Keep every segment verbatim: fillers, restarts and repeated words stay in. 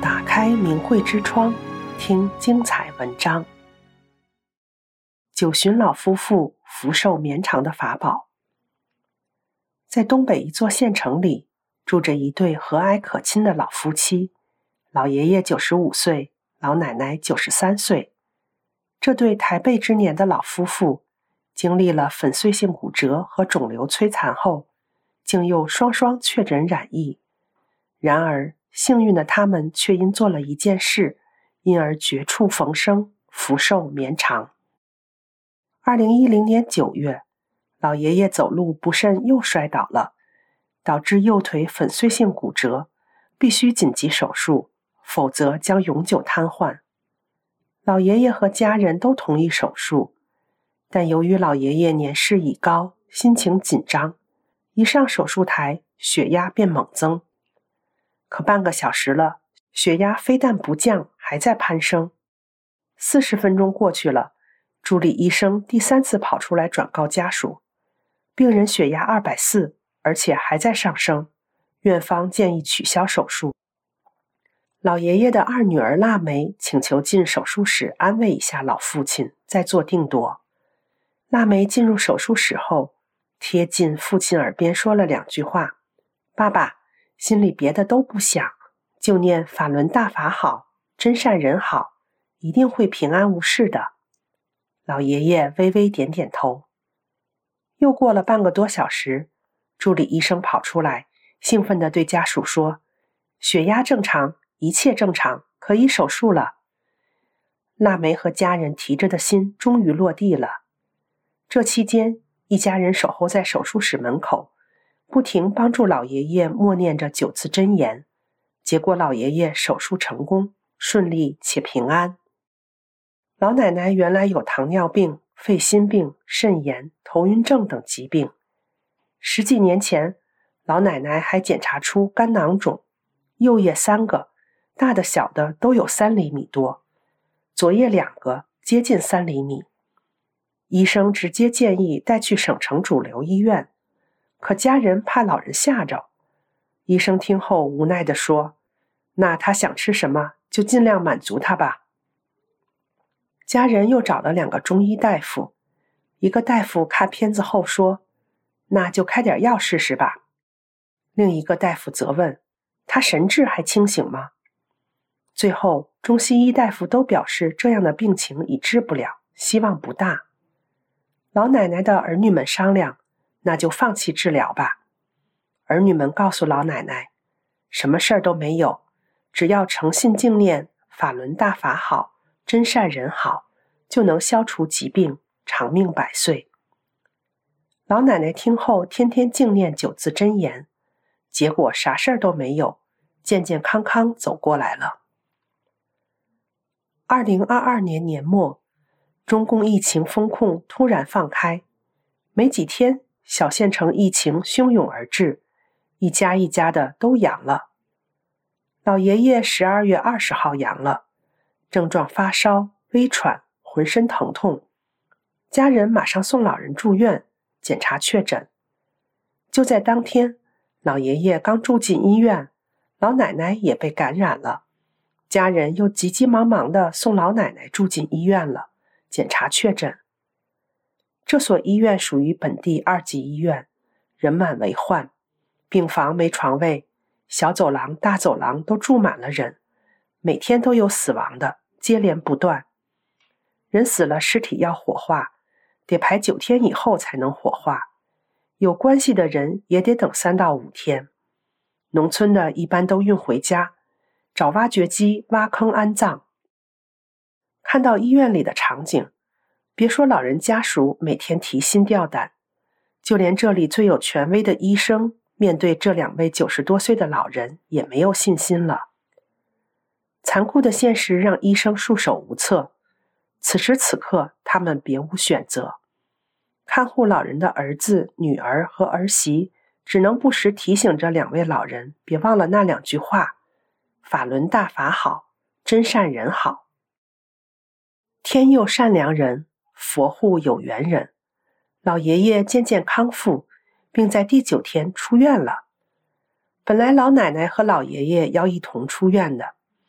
打开明慧之窗，听精彩文章。九旬老夫妇福寿绵长的法宝。在东北一座县城里，住着一对和蔼可亲的老夫妻，老爷爷九十五岁，老奶奶九十三岁。这对台背之年的老夫妇，经历了粉碎性骨折和肿瘤摧残后，竟又双双确诊染疫。然而，幸运的他们却因做了一件事，因而绝处逢生，福寿绵长。二零一零年九月，老爷爷走路不慎又摔倒了，导致右腿粉碎性骨折，必须紧急手术，否则将永久瘫痪。老爷爷和家人都同意手术，但由于老爷爷年事已高，心情紧张，一上手术台，血压便猛增。可半个小时了，血压非但不降，还在攀升。四十分钟过去了，助理医生第三次跑出来转告家属，病人血压二百四十，而且还在上升，院方建议取消手术。老爷爷的二女儿腊梅请求进手术室安慰一下老父亲，再做定夺。腊梅进入手术室后，贴近父亲耳边说了两句话：爸爸，心里别的都不想，就念法轮大法好，真善人好，一定会平安无事的。老爷爷微微点点头。又过了半个多小时，助理医生跑出来，兴奋地对家属说：血压正常，一切正常，可以手术了。腊梅和家人提着的心终于落地了。这期间，一家人守候在手术室门口，不停帮助老爷爷默念着九字真言，结果老爷爷手术成功，顺利且平安。老奶奶原来有糖尿病、肺心病、肾炎、头晕症等疾病。十几年前，老奶奶还检查出肝囊肿，右叶三个，大的小的都有三厘米多，左叶两个，接近三厘米。医生直接建议带去省城主流医院，可家人怕老人吓着。医生听后无奈地说：那他想吃什么就尽量满足他吧。家人又找了两个中医大夫，一个大夫看片子后说：那就开点药试试吧。另一个大夫则问：他神志还清醒吗？最后中西医大夫都表示这样的病情已治不了，希望不大。老奶奶的儿女们商量，那就放弃治疗吧。儿女们告诉老奶奶，什么事儿都没有，只要诚信敬念法轮大法好，真善人好，就能消除疾病，长命百岁。老奶奶听后天天敬念九字真言，结果啥事儿都没有，健健康康走过来了。二零二二年年末，中共疫情封控突然放开，没几天，小县城疫情汹涌而至，一家一家的都阳了。老爷爷十二月二十号阳了，症状发烧、微喘、浑身疼痛，家人马上送老人住院，检查确诊。就在当天，老爷爷刚住进医院，老奶奶也被感染了，家人又急急忙忙地送老奶奶住进医院了，检查确诊。这所医院属于本地二级医院，人满为患，病房没床位，小走廊、大走廊都住满了人，每天都有死亡的，接连不断。人死了，尸体要火化，得排九天以后才能火化，有关系的人也得等三到五天。农村的一般都运回家，找挖掘机挖坑安葬。看到医院里的场景，别说老人家属每天提心吊胆，就连这里最有权威的医生，面对这两位九十多岁的老人也没有信心了。残酷的现实让医生束手无策，此时此刻他们别无选择。看护老人的儿子、女儿和儿媳只能不时提醒着两位老人别忘了那两句话：法轮大法好，真善人好。天佑善良人，佛护有缘人。老爷爷渐渐康复，并在第九天出院了。本来老奶奶和老爷爷要一同出院的，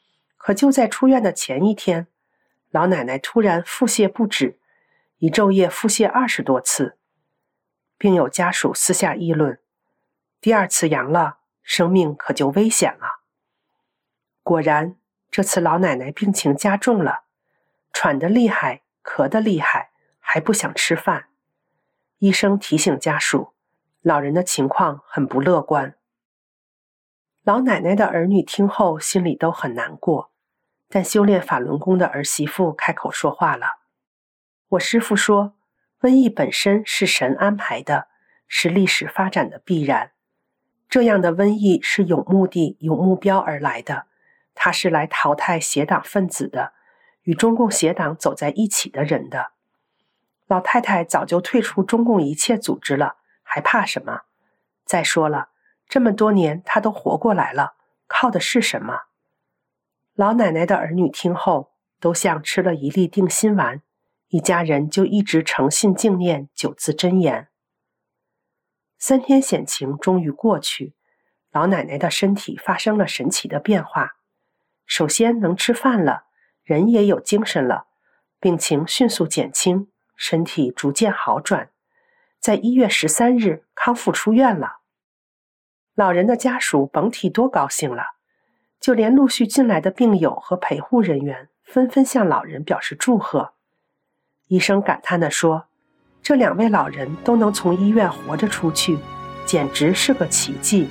可就在出院的前一天，老奶奶突然腹泻不止，一昼夜腹泻二十多次。病友家属私下议论，第二次阳了，生命可就危险了。果然，这次老奶奶病情加重了，喘得厉害，咳得厉害，还不想吃饭。医生提醒家属，老人的情况很不乐观。老奶奶的儿女听后心里都很难过，但修炼法轮功的儿媳妇开口说话了。我师父说，瘟疫本身是神安排的，是历史发展的必然。这样的瘟疫是有目的、有目标而来的，它是来淘汰邪党分子的，与中共邪党走在一起的人的。老太太早就退出中共一切组织了，还怕什么？再说了，这么多年她都活过来了，靠的是什么？老奶奶的儿女听后，都像吃了一粒定心丸，一家人就一直诚信敬念九字真言。三天险情终于过去，老奶奶的身体发生了神奇的变化。首先能吃饭了，人也有精神了，病情迅速减轻，身体逐渐好转，在一月十三日康复出院了。老人的家属甭提多高兴了，就连陆续进来的病友和陪护人员纷纷向老人表示祝贺。医生感叹地说，这两位老人都能从医院活着出去，简直是个奇迹。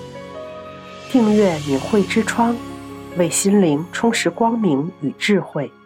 订阅明慧之窗，为心灵充实光明与智慧。